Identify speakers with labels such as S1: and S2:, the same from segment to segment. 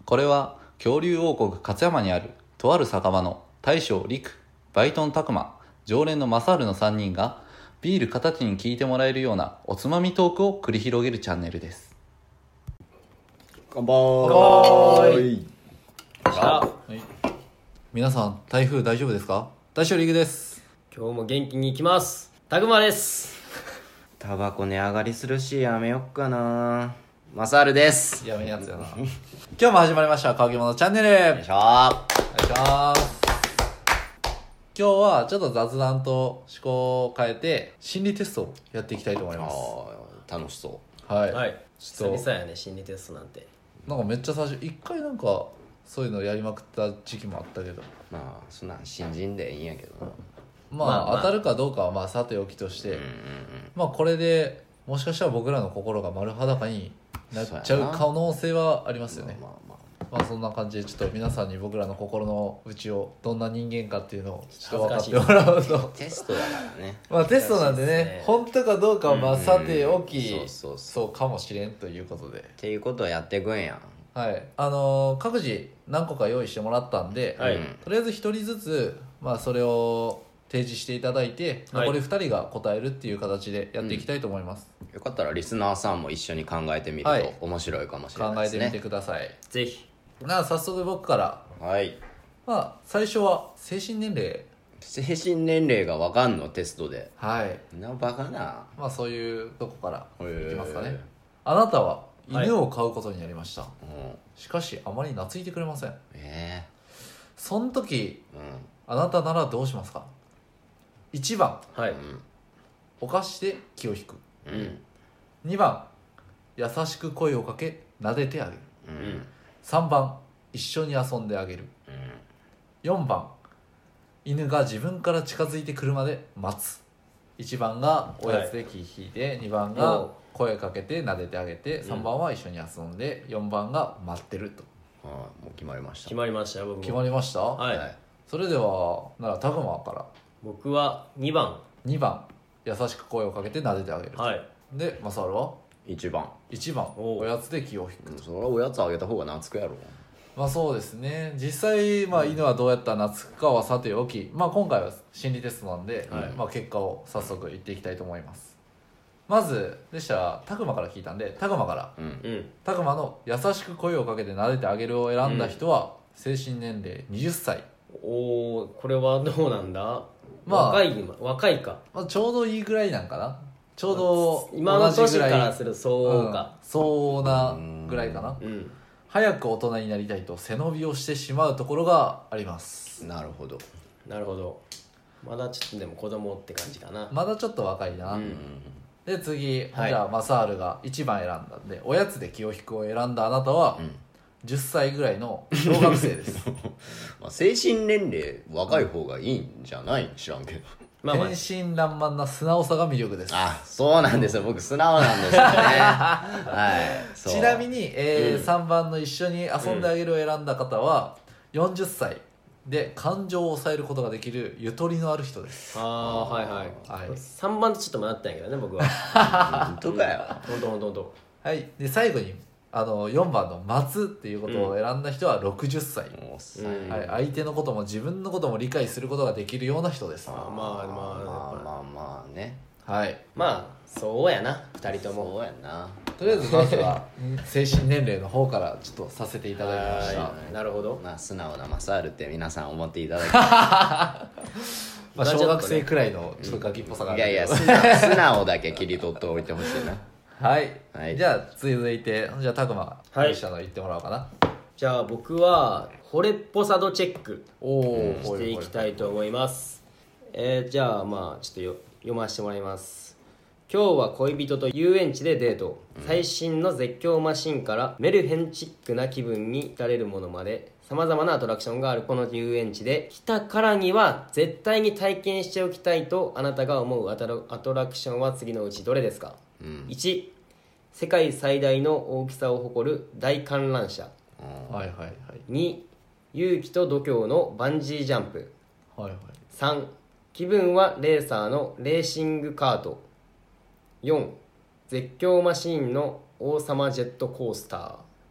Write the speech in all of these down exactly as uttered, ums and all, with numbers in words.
S1: これは恐竜王国勝山にあるとある酒場の大将陸、バイトン拓磨、常連のマサールのさんにんがビール片手に聞いてもらえるようなおつまみトークを繰り広げるチャンネルです。
S2: 乾杯。
S1: はい、皆さん台風大丈夫ですか？大将陸です。
S3: 今日も元気に行きます。たぐまです。
S2: タバコ値上がりするしやめよっかな。マサールです。
S1: やめんやつやな今日も始まりました乾き物チャンネル。
S2: よいしょー。
S1: お願いします。今日はちょっと雑談と思考を変えて心理テストをやっていきたいと思います。
S2: あー楽しそ
S1: はい、
S3: はい。
S1: ちょっと
S3: 久々やね、心理テストなんて。
S1: なんかめっちゃ最初一回なんかそういうのやりまくった時期もあったけど、
S2: う。まあそんなん新人でいいんやけどな。
S1: まあ、
S3: まあまあ
S1: 当たるかどうかはまあさておきとして、
S2: うんうんうん。
S1: まあこれでもしかしたら僕らの心が丸裸になっちゃう可能性はありますよね。
S2: まあまあ
S1: まあそんな感じでちょっと皆さんに僕らの心の内をどんな人間かっていうのをちょっと分かってもらうと
S2: テストだからね。
S1: まあテストなんでね、
S3: 難しいですね
S1: 本当かどうかはまあさておき、
S2: うんうんそうそうそう
S1: そうかもしれんということで、
S2: っていうことをやっていくんや。
S1: はい、あのー各自何個か用意してもらったんで、
S3: はい
S2: うん
S1: とりあえずひとりずつ、まあ、それを提示していただいて、
S3: はい
S1: 残りふたりが答えるっていう形でやっていきたいと思います。
S2: よかったらリスナーさんも一緒に考えてみると
S1: はい
S2: 面白いかもしれ
S1: 考えてみて
S2: ないですね。
S1: ください。
S3: ぜひ。
S1: なあ早速僕から、
S2: はい。
S1: まあ、最初は精神年齢、
S2: 精神年齢がわかんのテストで。
S1: はい、
S2: なバカな。
S1: まあそういうとこからいきますかね。
S2: へー
S1: あなたは
S3: はい
S1: 犬を飼うことになりました、
S2: うん。
S1: しかしあまり懐いてくれません。
S2: え
S1: その時
S2: え
S1: あなたならどうしますか？いちばん
S3: はい。
S1: 犯して気を引く、
S2: うんうん
S1: にばん優しく声をかけ撫でてあげる、
S2: うん
S1: さんばん一緒に遊んであげる、
S2: うん
S1: よんばん犬が自分から近づいてくるまで待つ。いちばんがおやつで気引いて、にばんが
S3: お
S1: 声かけて撫でてあげて、さんばんは一緒に遊んで、よんばんが待ってると。
S2: はい、もう決まりました。
S3: 決まりましたよ、僕も。
S1: 決まりました、
S3: はい。
S2: はい
S1: それではならタグマから
S3: 僕はにばん。
S1: にばん優しく声をかけて撫でてあげる、
S3: はい。
S1: でマサルは
S2: 一番。
S1: いちばん
S3: おう
S1: おやつで気を引く。
S2: うんそれはおやつあげた方が懐くやろ。
S1: まあそうですね、実際、まあ、犬はどうやったら懐くかはさておき、まあ、今回は心理テストなんで、
S3: はい
S1: まあ、結果を早速言っていきたいと思います。まずでしたらタグマから聞いたんで、タグマから
S2: うん。
S3: うん。
S1: タグマの優しく声をかけて撫でてあげるを選んだ人は、精神年齢はたち、
S3: おー、これはどうなんだ。
S1: まあ
S3: 若い、若いか。
S1: まあ、ちょうどいいぐらいなんかな。ちょうど
S3: 今の
S1: 同じ
S3: 年か
S1: ぐらい
S3: らするそうか。
S1: うん、そうなぐらいかな。
S3: うん。
S1: 早く大人になりたいと背伸びをしてしまうところがあります。
S2: なるほど。
S3: なるほど。まだちょっとでも子供って感じかな。
S1: まだちょっと若いな、
S3: うん
S1: で次、
S3: はい
S1: じゃあマサールがいちばん選んだんで、おやつで気を引くを選んだあなたは、
S2: うん
S1: じゅっさいぐらいの小学生です
S2: まあ、精神年齢若い方がいいんじゃない知らんけど。
S3: まあまあ
S1: 天真爛漫な素直さが魅力です。
S2: あ、そうなんですよ。僕素直なんですよね。はいそう。
S1: ちなみに、えー
S3: うん
S1: さんばんの一緒に遊んであげるを選んだ方は、よんじゅっさいで感情を抑えることができるゆとりのある人です。
S3: ああ、はいはい。
S1: はい
S3: さんばんとちょっと迷ったんやけどね、僕は。
S2: 本当かよ。
S3: ほんとほんとほんと。
S1: はい、で最後にあのよんばんの待つっていうことを選んだ人はろくじゅっさい、
S2: もうおっさん
S3: うん
S1: はい、相手のことも自分のことも理解することができるような人です。
S3: あまあまあ
S2: まあまあまあね。
S1: はい、
S3: まあそうやな、ふたりとも。
S2: そうやな。
S1: とりあえずまずは精神年齢の方からちょっとさせていただきました。
S3: はなるほど。
S2: まあ素直なマサールって皆さん思っていただけ
S1: まあ、小学生くらいのちょっとガキっぽさがあるけど、
S2: いやいや素直素直だけ切り取っておいてほしいな。
S1: はい、
S2: はい
S1: じゃあ続いてじゃあタグマが
S3: はい
S1: 用意したの言ってもらおうかな。
S3: じゃあ僕は惚れっぽさ度チェック
S1: おお、
S3: していきたいと思います。えー、じゃあまあちょっとよ読ませてもらいます。今日は恋人と遊園地でデート、最新の絶叫マシンからメルヘンチックな気分に浸れるものまでさまざまなアトラクションがあるこの遊園地で、来たからには絶対に体験しておきたいとあなたが思うアトラアトラクションは次のうちどれですか？
S2: うん
S3: いち、世界最大の大きさを誇る大観覧車。
S1: はいはいはい
S3: に、勇気と度胸のバンジージャンプ。
S1: はいはい。
S3: さん、気分はレーサーのレーシングカート。よん、絶叫マシーンの王様ジェットコースター。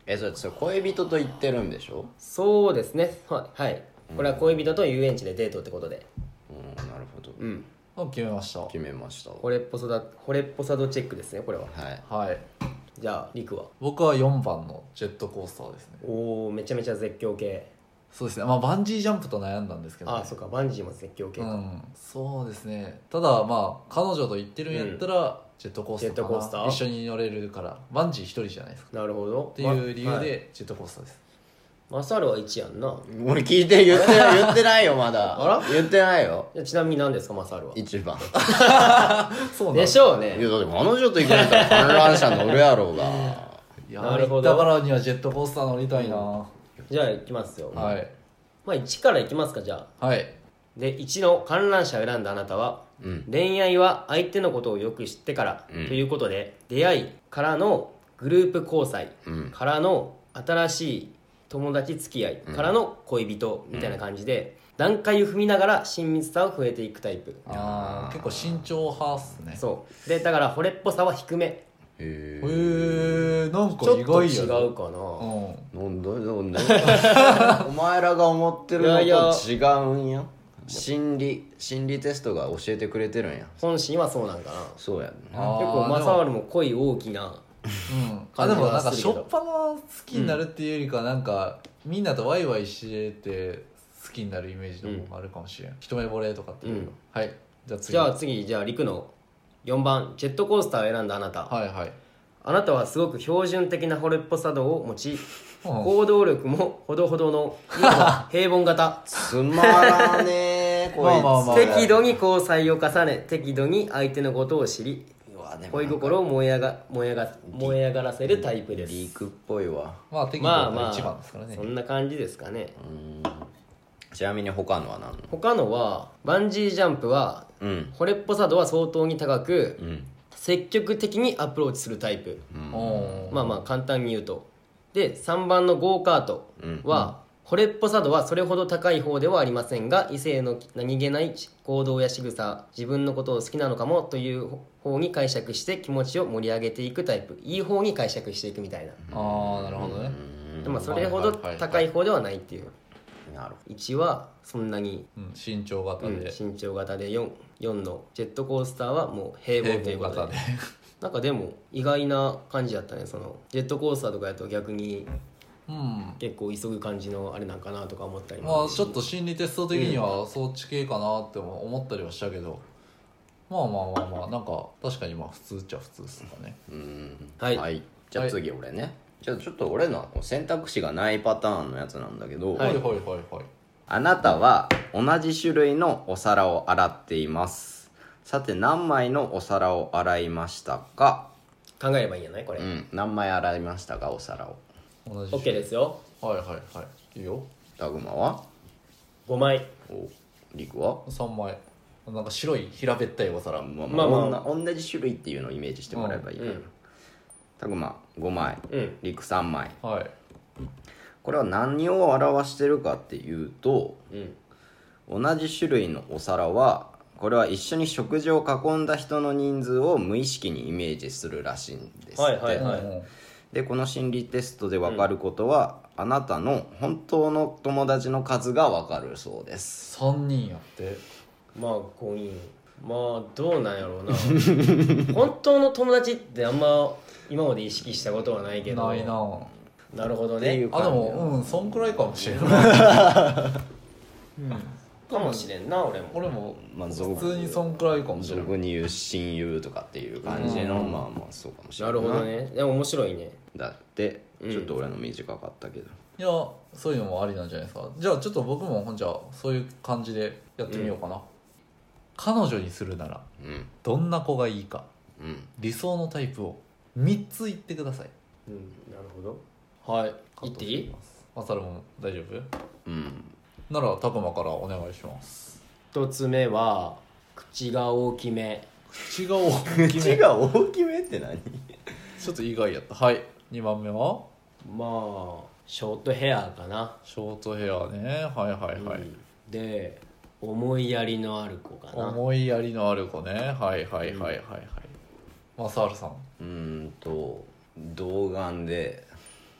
S2: えそれそれ恋人と言ってるんでしょ。
S3: そうですね、はい、はい、これは恋人と遊園地でデートってことで、
S2: うんなるほど、
S3: うん
S1: あ決めました。
S2: 決めました。
S3: 惚れっぽさだ惚れっぽさ度チェックですねこれは。
S2: はい。
S1: はい。
S3: じゃあリクは。
S1: 僕はよんばんのジェットコースターですね。
S3: おお、めちゃめちゃ絶叫系。
S1: そうですね。まあバンジージャンプと悩んだんですけど、ね、
S3: ああそうか、バンジーも絶叫系か、
S1: うん、そうですね。ただまあ彼女と言ってるんやったら、ジェットコースターかな。
S3: ジェットコースター
S1: 一緒に乗れるからバンジー一人じゃないですか
S3: なるほど
S1: っていう理由
S3: まはい
S1: でジェットコースターです。
S3: マサルはいちやんな。
S2: 俺聞いて言ってない言ってないよまだ。
S3: あら
S2: 言ってないよ。
S3: じゃあちなみに何ですかマサルは。
S2: 一番。
S1: そうなん
S3: でしょうね。
S2: いやだって彼女と行くんだったら観覧車乗るやろうが。
S1: いや
S3: なるほど
S1: だからにはジェットコースター乗りたいな、
S3: じゃあ行きますよ、
S1: はい
S3: まあいちから行きますか。じゃあ
S1: はい。
S3: でいちの観覧車を選んだあなたは、
S2: うん
S3: 恋愛は相手のことをよく知ってから、
S2: うん
S3: ということで出会いからのグループ交際、
S2: うん
S3: からの新しい友達付き合い、からの恋人みたいな感じで、段階を踏みながら親密さを増えていくタイプ。
S1: ああ結構慎重派っすね。
S3: そうでだから惚れっぽさは低め。
S2: へ
S1: へ
S2: え。
S1: えなんか
S3: ちょっと
S1: 意外や
S3: 違うかな、
S1: うん
S2: なんだなんだお前らが思ってるのと
S3: いやいや
S2: 違うんや。心理心理テストが教えてくれてるんや。
S3: 本心はそうなんかな。
S2: そうやんな。
S1: あー
S3: 結構マサールも恋大きな。
S1: うん、あ
S3: 感じ
S1: でもなんか
S3: はするけど
S1: しょっぱな好きになるっていうよりかなんか、みんなとワイワイしてて好きになるイメージの方があるかもしれん、一目惚れとかっていうよりは、はいじゃあ次
S3: じゃあ次じゃあリクのよんばんジェットコースターを選んだあなた、
S1: はいはい
S3: あなたはすごく標準的な惚れっぽさ度を持ち、
S1: うん
S3: 行動力もほどほどの平凡型。
S2: つまらねえこいつ。
S1: まあまあまあ
S3: 適度に交際を重ね適度に相手のことを知り
S2: うわでも
S3: 恋心を燃え上が燃え上が燃え上がらせるタイプです。
S2: リークっぽいわ。
S1: まあ適度
S3: まあまあ
S1: が一番ですからね、
S3: そんな感じですかね。
S2: ちなみに他のは何の。
S3: 他のはバンジージャンプは
S2: うん
S3: 惚れっぽさ度は相当に高く、
S2: うん
S3: 積極的にアプローチするタイプ、
S1: おー
S3: まあまあ簡単に言うと。でさんばんのゴーカートは、惚れっぽさ度はそれほど高い方ではありませんが異性の何気ない行動や仕草自分のことを好きなのかもという方に解釈して気持ちを盛り上げていくタイプ。いい方に解釈していくみたいな、
S1: ああなるほどね、
S3: でもそれほど高い方ではないっていう。
S2: なる
S3: いちはそんなに、
S1: うん、身長型
S3: うん
S1: で、
S3: 身長型で 4, 4のジェットコースターはもう平凡ということで
S1: 平凡型で
S3: なんかでも意外な感じだったね。そのジェットコースターとかやと逆に
S1: うん
S3: 結構急ぐ感じのあれなんかなとか思ったり
S1: ま
S3: も
S1: あちょっと心理テスト的にはそっち系かなっても思ったりはしたけど、まあまあまあまあなんか確かにまあ普通っちゃ普通ですかね。
S2: うん
S3: はい
S2: じゃあ次俺ね、じゃあちょっと俺のはこう選択肢がないパターンのやつなんだけど、
S3: はい
S1: はいはいはいはい
S2: あなたは同じ種類のお皿を洗っています。さて何枚のお皿を洗いましたか。
S3: 考えればいいんじゃないこれ、
S2: うん何枚洗いましたかお皿を。
S1: 同じ
S3: OK ですよ。
S1: はいはいはいいいよ。
S2: タグマは
S3: ごまい。
S2: おリクは
S1: さんまいなんか白い平べったいお皿、
S2: まあ
S3: まあまあ
S2: まあ、おんな同じ種類っていうのをイメージしてもらえばいいから、
S3: うん
S2: タグマごまい、
S3: うん
S2: リクさんまい。
S1: はい
S2: これは何を表してるかっていうと、
S3: うん
S2: 同じ種類のお皿はこれは一緒に食事を囲んだ人の人数を無意識にイメージするらしいんですって、
S3: はいはいはい
S1: うんうん
S2: でこの心理テストで分かることは、あなたの本当の友達の数が分かるそうです
S1: さんにんやって
S3: まあごにん。まあどうなんやろうな本当の友達ってあんま今まで意識したことはないけど。
S1: ないな。
S3: なるほどね
S2: っていう
S1: あでもうんそんくらいかもしれない
S3: かもしれんな俺も。
S1: 俺も
S2: まあ
S1: 普通にそんくらいかもしれない。
S2: 俗に言う親友とかっていう感じの、
S1: うん
S2: まあまあそうかもしれ
S3: な
S2: ない
S3: るほどね。でも面白いね。
S2: だって
S3: うん
S2: ちょっと俺の短かったけど、
S1: いやそういうのもありなんじゃないですか。じゃあちょっと僕もほんじゃそういう感じでやってみようかな、彼女にするなら
S2: うん
S1: どんな子がいいか
S2: うん
S1: 理想のタイプをみっつ言ってください。
S3: うんなるほど。はい言っていい？
S1: マサルも大丈夫
S2: うん
S1: ならたくまからお願いします。
S3: 一つ目は口が大きめ。
S1: 口が大きめ
S2: 口が大きめって何
S1: ちょっと意外やった。はいにばんめは
S3: まあショートヘアかな。
S1: ショートヘアね。はいはいはい、
S3: うんで思いやりのある子かな。
S1: 思いやりのある子ね。はいはいはいはいはい、マサールさん
S2: うーんと童顔で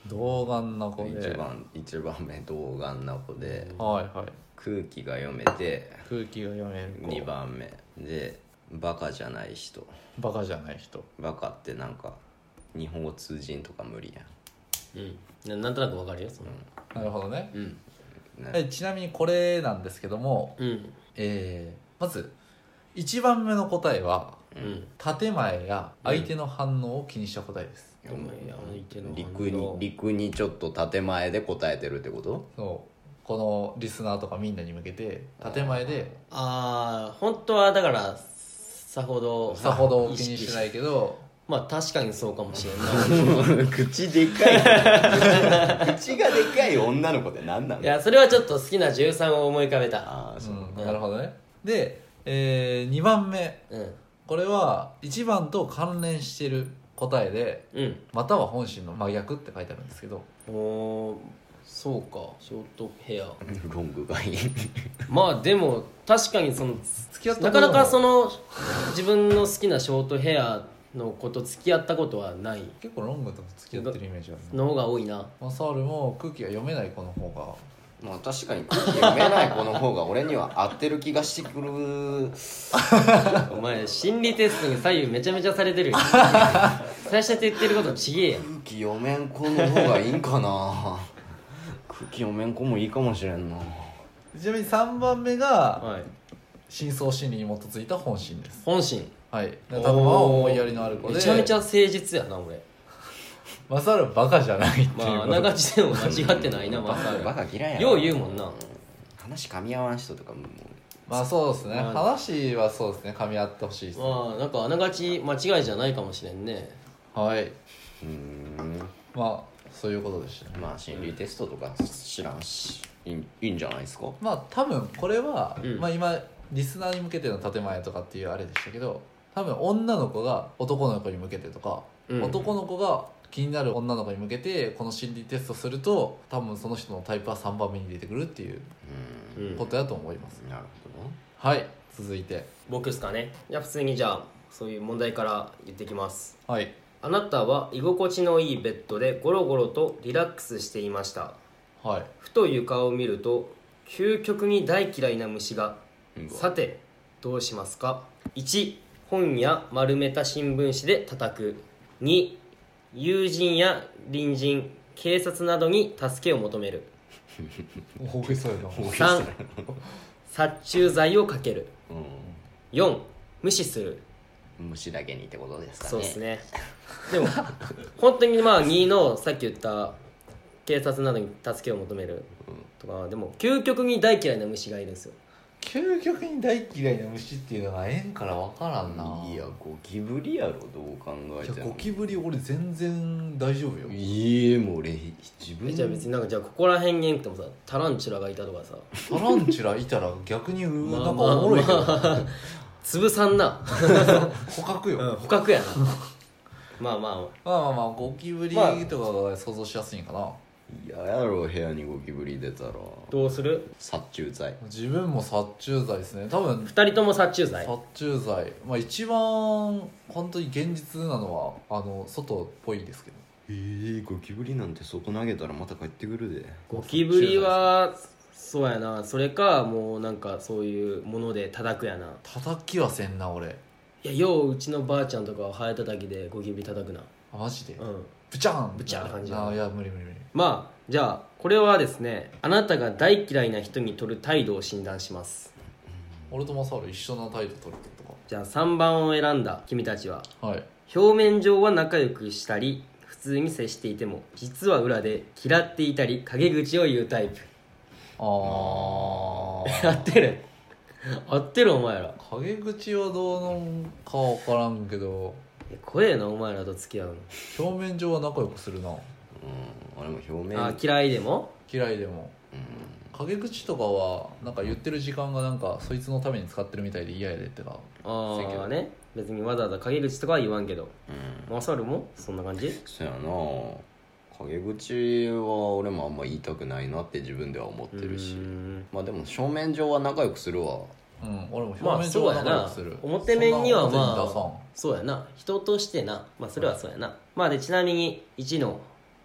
S1: 童顔な子で
S2: 一番一番目童顔な子で
S1: はいはい、
S2: 空気が読めて
S1: 空気が読める子、
S2: にばんめでバカじゃない人。
S1: バカじゃない人。
S2: バカってなんか日本語通じんとか無理や
S3: うんな、なんとなくわかるよその
S1: なるほどね。
S3: うん
S2: ん、ね、
S1: えちなみにこれなんですけども、
S3: うん
S1: えーまずいちばんめの答えは
S3: うん
S1: 建前や相手の反応を気にした答えです、
S3: お前相手の
S2: 陸に
S3: 反応
S2: 陸にちょっと建前で答えてるってこと？
S1: そうこのリスナーとかみんなに向けて建前で
S3: ああ本当はだからさほど
S1: さほど気に
S3: 意識
S1: しないけど、
S3: まあ確かにそうかもしれんな
S2: 口でかい口がでかい女の子って何なの？
S3: いやそれはちょっと好きなじゅうさんを思い浮かべた
S2: ああそう、
S1: うん、なるほどね。で、えー、にばんめ、
S3: うん
S1: これはいちばんと関連してる答えで
S3: うん
S1: または本心の真逆って書いてあるんですけど、
S3: おーそうかショートヘア
S2: ロングがいい
S3: まあでも確かにその
S1: 付き合った
S3: なかなかそ
S1: の
S3: の自分の好きなショートヘアの子と付き合ったことはない
S1: 結構ロングと付き合ってるイメージあるな。
S3: の方が多いな
S1: マサールも空気が読めない子の方が
S2: まあ確かに空気読めない子の方が俺には合ってる気がしてくる。
S3: お前心理テストに左右めちゃめちゃされてるよ最初って言ってることちげえやん
S2: 空気読めん子の方がいいんかな空気読めん子もいいかもしれんな。
S1: ちなみにさんばんめが
S3: はい
S1: 深層心理に基づいた本心です。
S3: 本心
S1: はい。多分は思いやりのある子で
S3: めちゃめちゃ誠実やな俺
S1: マサールはバカじゃないっていう
S3: まああ
S1: こと
S3: ながちでも間違ってないなマサール
S2: バカ嫌いやな。
S3: よう言うもんな
S2: 話噛み合わん人とかも
S1: まあそうですね、
S3: まあ
S1: 話はそうですね、噛み合ってほしいです、
S3: まあなんかあながち間違いじゃないかもしれんね
S1: はい。
S2: うーん
S1: まあそういうことでしたね。
S2: まあ心理テストとか知らんしいいいいんじゃないですか。
S1: まあ多分これは、
S3: うん
S1: まあ今リスナーに向けての建前とかっていうあれでしたけど、多分女の子が男の子に向けてとか、
S3: うん
S1: 男の子が気になる女の子に向けてこの心理テストすると多分その人のタイプはさんばんめに出てくるっていう
S2: う
S3: うん
S1: ことだと思います、
S2: んなるほど。
S1: はい。続いて
S3: 僕っすかねじゃあ普通にじゃあそういう問題から言ってきます
S1: はい
S3: あなたは居心地のいいベッドでゴロゴロとリラックスしていました
S1: はい
S3: ふと床を見ると究極に大嫌いな虫が
S2: うわ
S3: さてどうしますか。いち本や丸めた新聞紙で叩く。に友人や隣人警察などに助けを求める。
S1: 大げさやな
S3: さん殺虫剤をかける。
S2: う
S3: よん無視する。
S2: ん虫だけにってことですかね。
S3: そうですねでも本当にまあにのさっき言った警察などに助けを求めるとかでも究極に大嫌いな虫がいるんですよ。
S1: 究極に大嫌いな虫っていうのがええんから分からんない
S2: やゴキブリやろどう考えても。
S1: いやゴキブリ俺全然大丈夫よ。
S2: いえもう俺自分
S3: えじゃあ別になんかじゃあここら辺にいなくてもさタランチュラがいたとかさ
S1: タランチュラいたら逆にう
S3: まあ
S1: なんかおもろいけど、
S3: まあ潰さんな
S1: 捕獲よ、
S3: うん捕獲やなまあまあ
S1: まあまあまあゴキブリとかが想像しやすいんかな、
S2: 嫌やろ部屋にゴキブリ出たら
S3: どうする。
S2: 殺虫剤。
S1: 自分も殺虫剤ですね多分。
S3: ふたりとも殺虫剤。
S1: 殺虫剤まあ一番本当に現実なのはあの外っぽいですけど、
S2: えー、ゴキブリなんて外投げたらまた帰ってくるで。
S3: ゴキブリはそうやな。それかもうなんかそういうもので叩くやな。
S1: 叩きはせんな俺。
S3: いやよううちのばあちゃんとかはハエ叩きでゴキブリ叩くな。
S1: あマジで、
S3: うん
S1: ブチャーン
S3: ブチャーン感じ
S1: あいや無理無理無理。
S3: まあじゃあこれはですねあなたが大嫌いな人に取る態度を診断します。
S1: 俺とマサール一緒な態度取るとか。
S3: じゃあさんばんを選んだ君たちは
S1: はい
S3: 表面上は仲良くしたり普通に接していても実は裏で嫌っていたり陰口を言うタイプ。
S1: あー
S3: 合ってる合ってるお前ら。
S1: 陰口はどうなんか分からんけど
S3: 怖えなお前らと付き合う
S1: 表面上は仲良くするな
S2: うん俺も表面
S3: の。あ嫌いでも
S1: 嫌いでも
S2: うん
S1: 陰口とかはなんか言ってる時間がなんかそいつのために使ってるみたいで嫌やでってか
S3: あ
S1: せんけど
S3: あね別にわざわざ陰口とかは言わんけど
S2: うん
S3: マサルもそんな感じ。
S2: そやな陰口は俺もあんま言いたくないなって自分では思ってるし
S3: うーん
S2: まあでも正面上は仲良くするわ。
S1: うん俺も
S3: まあ
S1: 表面上は
S3: そうやな
S1: 仲良くする、
S3: 表面には
S1: そんな
S3: ま
S1: 表に出さん
S3: あそうやな人としてなまあそれはそうやなまあでちなみにいちの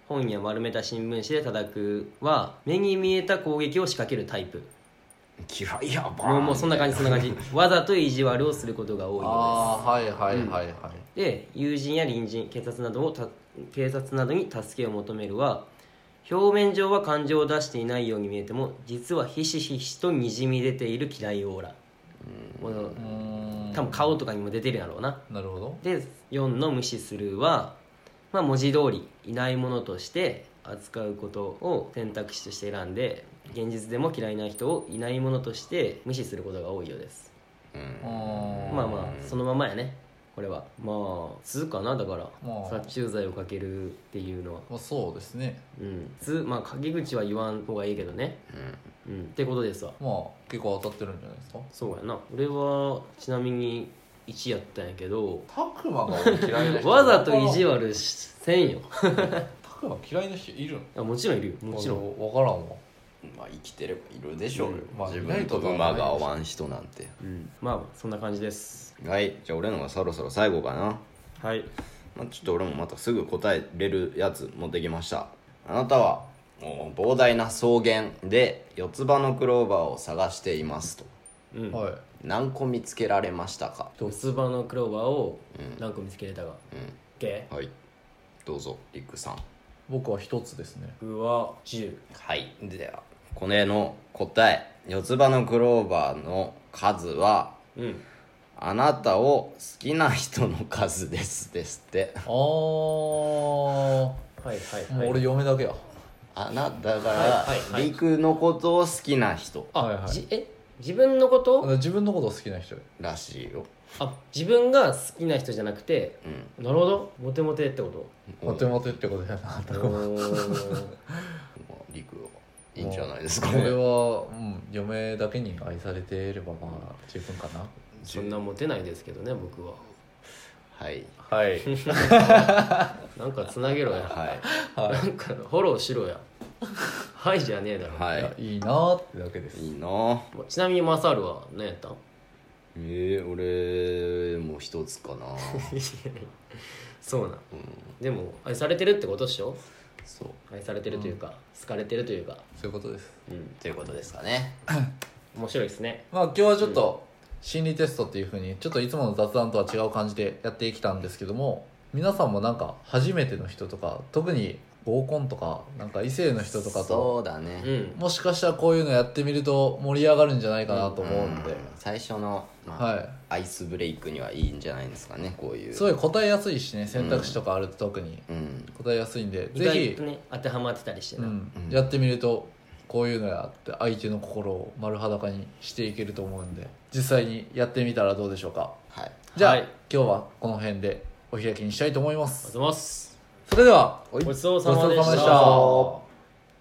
S3: 本や丸めた新聞紙で叩くは目に見えた攻撃を仕掛けるタイプ。
S2: 嫌いやば
S3: もうもうそんな感じそんな感じわざと意地悪をすることが多いようです。
S1: ああはいはいはいはい、
S3: で友人や隣人警察などをた警察などに助けを求めるは表面上は感情を出していないように見えても実はひしひしとにじみ出ている嫌いオーラ。この
S1: うーん
S3: 多分顔とかにも出てるやろうな。
S1: なるほど。
S3: でよんの無視するは、まあ、文字通りいないものとして扱うことを選択肢として選んで現実でも嫌いな人をいないものとして無視することが多いようです。
S2: うん
S3: まあまあそのままやねこれは。まあ通かなだから、
S1: まあ
S3: 殺虫剤をかけるっていうのは
S1: まあ、そうですね。
S3: うん通まあ陰口は言わん方がいいけどね
S2: うん
S3: うんってことですわ。
S1: まあ結構当たってるんじゃないですか。
S3: そうやな。俺はちなみにいちやったんやけど
S1: たくまが俺嫌いな人
S3: わざと意地
S1: 悪
S3: 悪せんよ
S1: たくま嫌いな人いるん
S3: いやもちろんいるよもちろん。
S1: 分からんわ。
S2: まあ生きてればいるでしょうよ、
S1: うんまあ
S2: 自分と馬が合わん人なんて。
S3: うんまあそんな感じです。
S2: はいじゃあ俺のがそろそろ最後かな。
S3: はい
S2: まあ、ちょっと俺もまたすぐ答えれるやつ持ってきました。あなたはもう膨大な草原で四つ葉のクローバーを探していますと。
S3: うん
S1: はい。
S2: 何個見つけられましたか？
S3: 四つ葉のクローバーを何個見つけれたか、
S2: う
S3: OK
S2: んはいどうぞリックさん。
S1: 僕は一つですね。
S3: 僕はじゅう。
S2: はいではこれの答え四つ葉のクローバーの数は
S3: うん
S2: あなたを好きな人の数ですですって。
S1: ああも
S3: はいはいはい。
S1: う俺嫁だけや。
S2: あなだから、
S3: はいはいはい
S2: リクのことを好きな人
S3: あ、
S1: はいはい
S3: じえ自分のこと
S1: 自分のこと好きな人や。
S2: らしいよ。
S3: あ自分が好きな人じゃなくて
S2: うん
S3: なるほどモテモテってこと
S1: モテモテってことやな。
S3: おー
S2: まあリクはいいんじゃないですかね。
S1: 俺は、うん、嫁だけに愛されていればまあ十分かな。
S3: そんなモテないですけどね僕は。
S2: はい
S1: はい
S3: なんかつなげろや、
S2: はい
S3: なんかフォローしろやはいじゃねえだろ、
S2: はい
S1: やいいなーってだけです。
S2: いいな。
S3: ちなみにマサルは何やったん
S2: えー、俺も一つかな。
S3: そうなん、でも愛されてるってことでしょ。
S2: そう
S3: 愛されてるというか、好かれてるというか、
S1: そういうことです。
S3: うん、
S2: ということですかね。
S3: 面白いですね。
S1: まあ今日はちょっと心理テストっていう風にちょっといつもの雑談とは違う感じでやってきたんですけども、皆さんもなんか初めての人とか特に合コンとかなんか異性の人とかと
S2: そうだね、
S3: うん
S1: もしかしたらこういうのやってみると盛り上がるんじゃないかなと思うんで、
S2: 最初の、まあ
S1: はい
S2: アイスブレイクにはいいんじゃないですかねこういう。
S1: すごい答えやすいしね、選択肢とかあると特に
S2: うん
S1: 答えやすいんで、
S3: 意
S1: ぜひ
S3: 外とね当てはまってたりしてな、
S1: うん
S2: うん
S1: やってみるとこういうのやって相手の心を丸裸にしていけると思うんで、実際にやってみたらどうでしょうか。
S2: はい
S1: じゃあ、
S3: はい
S1: 今日はこの辺でお開きにしたいと思いま
S3: ありがとう
S1: す。
S3: ございます。
S1: それでは
S3: ごちそう
S1: ごちそう
S3: さまでし
S1: さまでしたた。